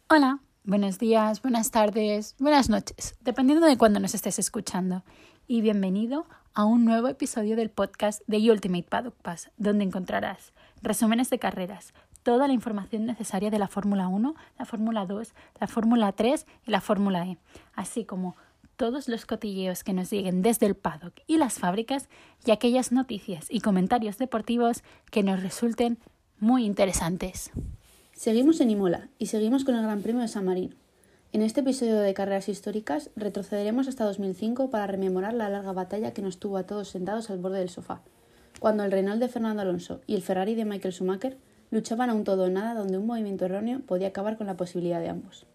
Hola, buenos días, buenas tardes, buenas noches, dependiendo de cuándo nos estés escuchando. Y bienvenido a un nuevo episodio del podcast de Ultimate Paddock Pass, donde encontrarás resúmenes de carreras, toda la información necesaria de la Fórmula 1, la Fórmula 2, la Fórmula 3 y la Fórmula E, así como todos los cotilleos que nos lleguen desde el paddock y las fábricas y aquellas noticias y comentarios deportivos que nos resulten muy interesantes. Seguimos en Imola y seguimos con el Gran Premio de San Marino. En este episodio de Carreras Históricas retrocederemos hasta 2005 para rememorar la larga batalla que nos tuvo a todos sentados al borde del sofá, cuando el Renault de Fernando Alonso y el Ferrari de Michael Schumacher luchaban a un todo o nada donde un movimiento erróneo podía acabar con la posibilidad de ambos.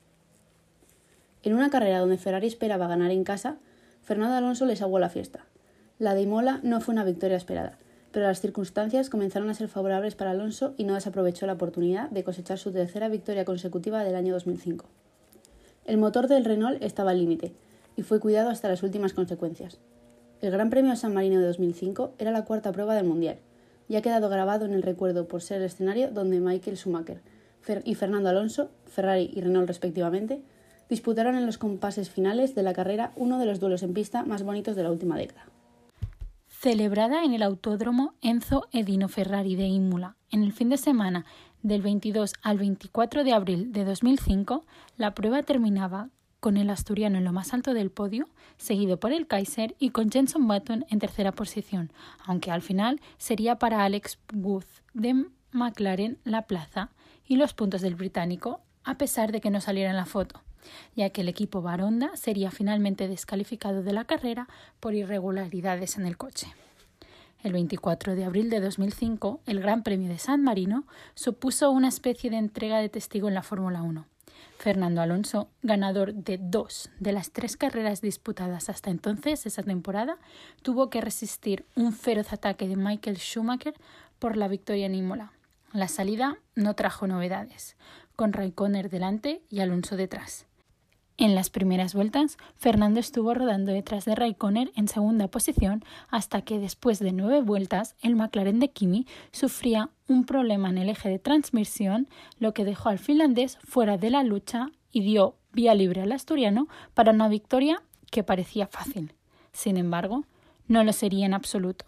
En una carrera donde Ferrari esperaba ganar en casa, Fernando Alonso les aguó la fiesta. La de Imola no fue una victoria esperada, pero las circunstancias comenzaron a ser favorables para Alonso y no desaprovechó la oportunidad de cosechar su tercera victoria consecutiva del año 2005. El motor del Renault estaba al límite y fue cuidado hasta las últimas consecuencias. El Gran Premio de San Marino de 2005 era la cuarta prueba del Mundial y ha quedado grabado en el recuerdo por ser el escenario donde Michael Schumacher y Fernando Alonso, Ferrari y Renault respectivamente, disputaron en los compases finales de la carrera uno de los duelos en pista más bonitos de la última década. Celebrada en el Autódromo Enzo Edino Ferrari de Imola en el fin de semana del 22 al 24 de abril de 2005, la prueba terminaba con el asturiano en lo más alto del podio, seguido por el Kaiser y con Jenson Button en tercera posición, aunque al final sería para Alex Booth de McLaren la plaza y los puntos del británico, a pesar de que no saliera en la foto, ya que el equipo Baronda sería finalmente descalificado de la carrera por irregularidades en el coche. El 24 de abril de 2005, el Gran Premio de San Marino supuso una especie de entrega de testigo en la Fórmula 1. Fernando Alonso, ganador de 2 de las 3 carreras disputadas hasta entonces esa temporada, tuvo que resistir un feroz ataque de Michael Schumacher por la victoria en Imola. La salida no trajo novedades, con Raikkonen delante y Alonso detrás. En las primeras vueltas, Fernando estuvo rodando detrás de Raikkonen en segunda posición hasta que después de 9 vueltas el McLaren de Kimi sufría un problema en el eje de transmisión, lo que dejó al finlandés fuera de la lucha y dio vía libre al asturiano para una victoria que parecía fácil. Sin embargo, no lo sería en absoluto.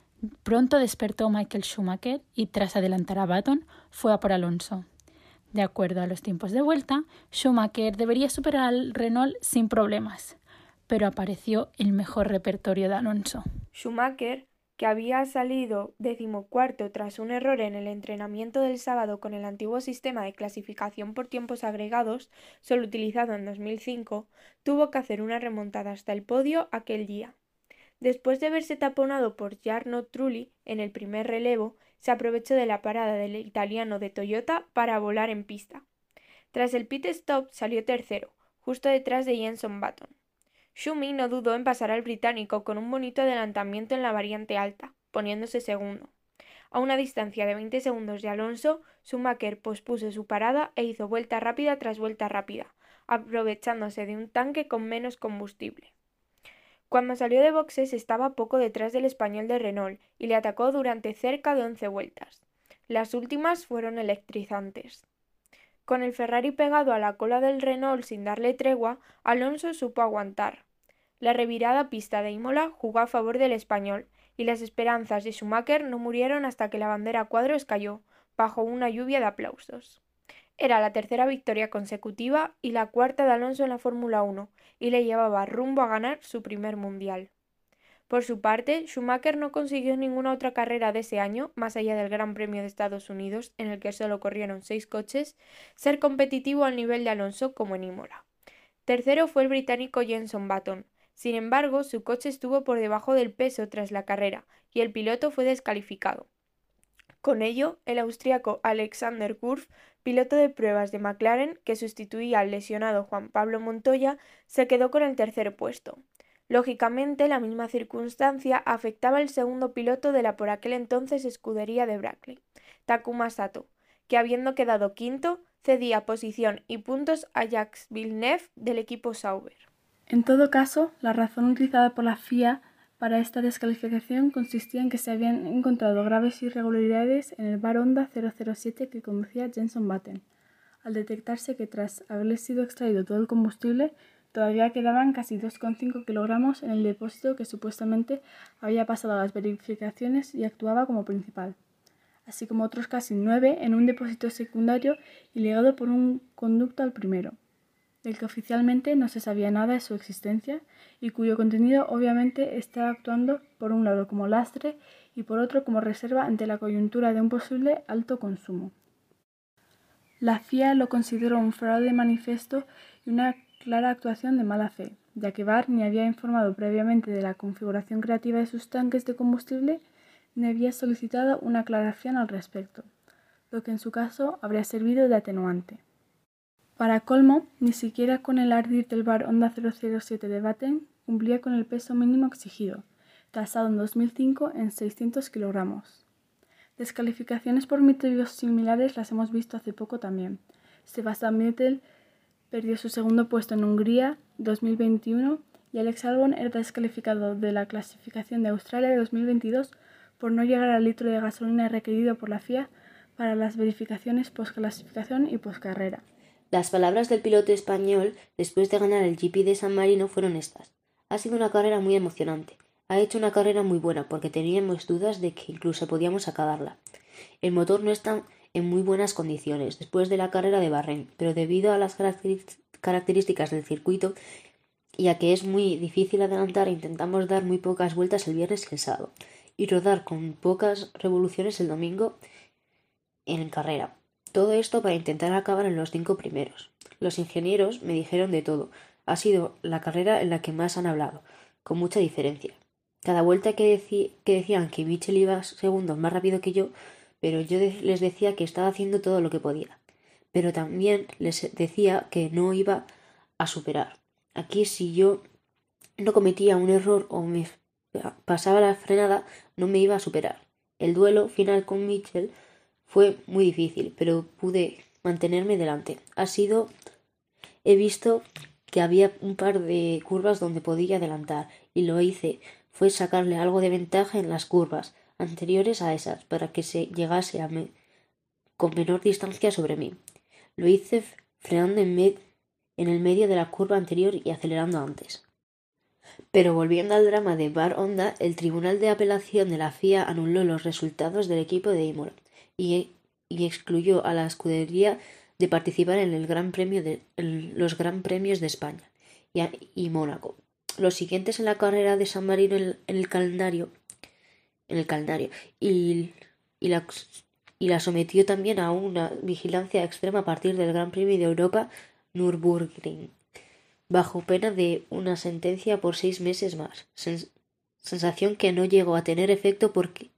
Pronto despertó Michael Schumacher y tras adelantar a Button fue a por Alonso. De acuerdo a los tiempos de vuelta, Schumacher debería superar al Renault sin problemas, pero apareció el mejor repertorio de Alonso. Schumacher, que había salido 14º tras un error en el entrenamiento del sábado con el antiguo sistema de clasificación por tiempos agregados, solo utilizado en 2005, tuvo que hacer una remontada hasta el podio aquel día. Después de verse taponado por Jarno Trulli en el primer relevo, se aprovechó de la parada del italiano de Toyota para volar en pista. Tras el pit stop salió tercero, justo detrás de Jenson Button. Schumi no dudó en pasar al británico con un bonito adelantamiento en la variante alta, poniéndose segundo. A una distancia de 20 segundos de Alonso, Schumacher pospuso su parada e hizo vuelta rápida tras vuelta rápida, aprovechándose de un tanque con menos combustible. Cuando salió de boxes estaba poco detrás del español de Renault y le atacó durante cerca de 11 vueltas. Las últimas fueron electrizantes. Con el Ferrari pegado a la cola del Renault sin darle tregua, Alonso supo aguantar. La revirada pista de Imola jugó a favor del español y las esperanzas de Schumacher no murieron hasta que la bandera a cuadros cayó, bajo una lluvia de aplausos. Era la tercera victoria consecutiva y la cuarta de Alonso en la Fórmula 1 y le llevaba rumbo a ganar su primer mundial. Por su parte, Schumacher no consiguió ninguna otra carrera de ese año, más allá del Gran Premio de Estados Unidos, en el que solo corrieron 6 coches, ser competitivo al nivel de Alonso como en Imola. Tercero fue el británico Jenson Button. Sin embargo, su coche estuvo por debajo del peso tras la carrera y el piloto fue descalificado. Con ello, el austríaco Alexander Kurf, piloto de pruebas de McLaren, que sustituía al lesionado Juan Pablo Montoya, se quedó con el tercer puesto. Lógicamente, la misma circunstancia afectaba al segundo piloto de la por aquel entonces escudería de Brackley, Takuma Sato, que habiendo quedado quinto, cedía posición y puntos a Jacques Villeneuve del equipo Sauber. En todo caso, la razón utilizada por la FIA para esta descalificación consistía en que se habían encontrado graves irregularidades en el bar Honda 007 que conducía Jenson Button. al detectarse que tras haberle sido extraído todo el combustible, todavía quedaban casi 2,5 kilogramos en el depósito que supuestamente había pasado a las verificaciones y actuaba como principal, así como otros casi 9 en un depósito secundario y ligado por un conducto al primero, del que oficialmente no se sabía nada de su existencia y cuyo contenido obviamente estaba actuando por un lado como lastre y por otro como reserva ante la coyuntura de un posible alto consumo. La FIA lo consideró un fraude manifiesto y una clara actuación de mala fe, ya que Barr ni había informado previamente de la configuración creativa de sus tanques de combustible ni había solicitado una aclaración al respecto, lo que en su caso habría servido de atenuante. Para colmo, ni siquiera con el ardid del bar Honda 007 de Batten cumplía con el peso mínimo exigido, tasado en 2005 en 600 kilogramos. Descalificaciones por motivos similares las hemos visto hace poco también. Sebastian Vettel perdió su segundo puesto en Hungría 2021 y Alex Albon era descalificado de la clasificación de Australia de 2022 por no llegar al litro de gasolina requerido por la FIA para las verificaciones post-clasificación y post-carrera. Las palabras del piloto español después de ganar el GP de San Marino fueron estas: ha sido una carrera muy emocionante. Ha hecho una carrera muy buena porque teníamos dudas de que incluso podíamos acabarla. El motor no está en muy buenas condiciones después de la carrera de Bahrein, pero debido a las características del circuito y a que es muy difícil adelantar, intentamos dar muy pocas vueltas el viernes y el sábado y rodar con pocas revoluciones el domingo en carrera. Todo esto para intentar acabar en los 5 primeros. Los ingenieros me dijeron de todo. Ha sido la carrera en la que más han hablado, con mucha diferencia. Cada vuelta que decían que Mitchell iba segundos más rápido que yo, pero yo les decía que estaba haciendo todo lo que podía. Pero también les decía que no iba a superar. Aquí si yo no cometía un error o me pasaba la frenada, no me iba a superar. El duelo final con Mitchell fue muy difícil, pero pude mantenerme delante. He visto que había un par de curvas donde podía adelantar y lo hice. Fue sacarle algo de ventaja en las curvas anteriores a esas para que se llegase con menor distancia sobre mí. Lo hice frenando en el medio de la curva anterior y acelerando antes. Pero volviendo al drama de Bar Honda, el Tribunal de Apelación de la FIA anuló los resultados del equipo de Imola y excluyó a la escudería de participar en los Gran Premios de España y Mónaco. Los siguientes en la carrera de San Marino en el calendario y la sometió también a una vigilancia extrema a partir del Gran Premio de Europa Nürburgring, bajo pena de una sentencia por 6 meses más. Sanción que no llegó a tener efecto porque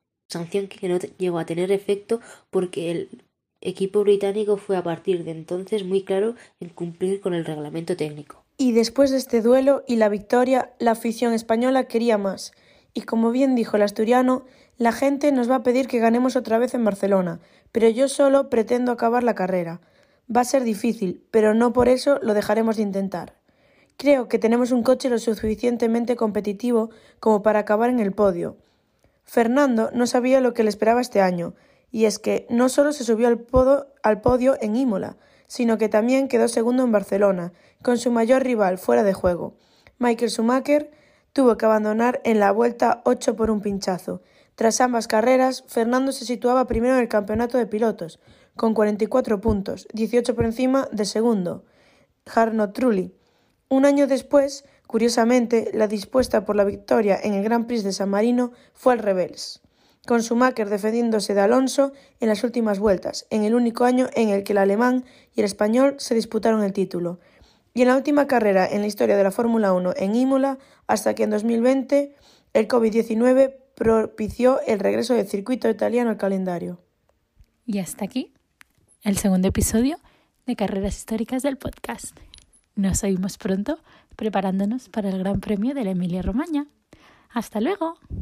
el equipo británico fue a partir de entonces muy claro en cumplir con el reglamento técnico. Y después de este duelo y la victoria, la afición española quería más. Y como bien dijo el asturiano, la gente nos va a pedir que ganemos otra vez en Barcelona, pero yo solo pretendo acabar la carrera. Va a ser difícil, pero no por eso lo dejaremos de intentar. Creo que tenemos un coche lo suficientemente competitivo como para acabar en el podio. Fernando no sabía lo que le esperaba este año, y es que no solo se subió al podio en Imola, sino que también quedó segundo en Barcelona, con su mayor rival fuera de juego. Michael Schumacher tuvo que abandonar en la vuelta 8 por un pinchazo. Tras ambas carreras, Fernando se situaba primero en el campeonato de pilotos, con 44 puntos, 18 por encima de segundo, Jarno Trulli. Un año después, curiosamente, la dispuesta por la victoria en el Grand Prix de San Marino fue al revés, con Schumacher defendiéndose de Alonso en las últimas vueltas, en el único año en el que el alemán y el español se disputaron el título, y en la última carrera en la historia de la Fórmula 1 en Imola, hasta que en 2020 el COVID-19 propició el regreso del circuito italiano al calendario. Y hasta aquí el segundo episodio de Carreras Históricas del podcast. Nos oímos pronto preparándonos para el Gran Premio de la Emilia-Romagna. ¡Hasta luego!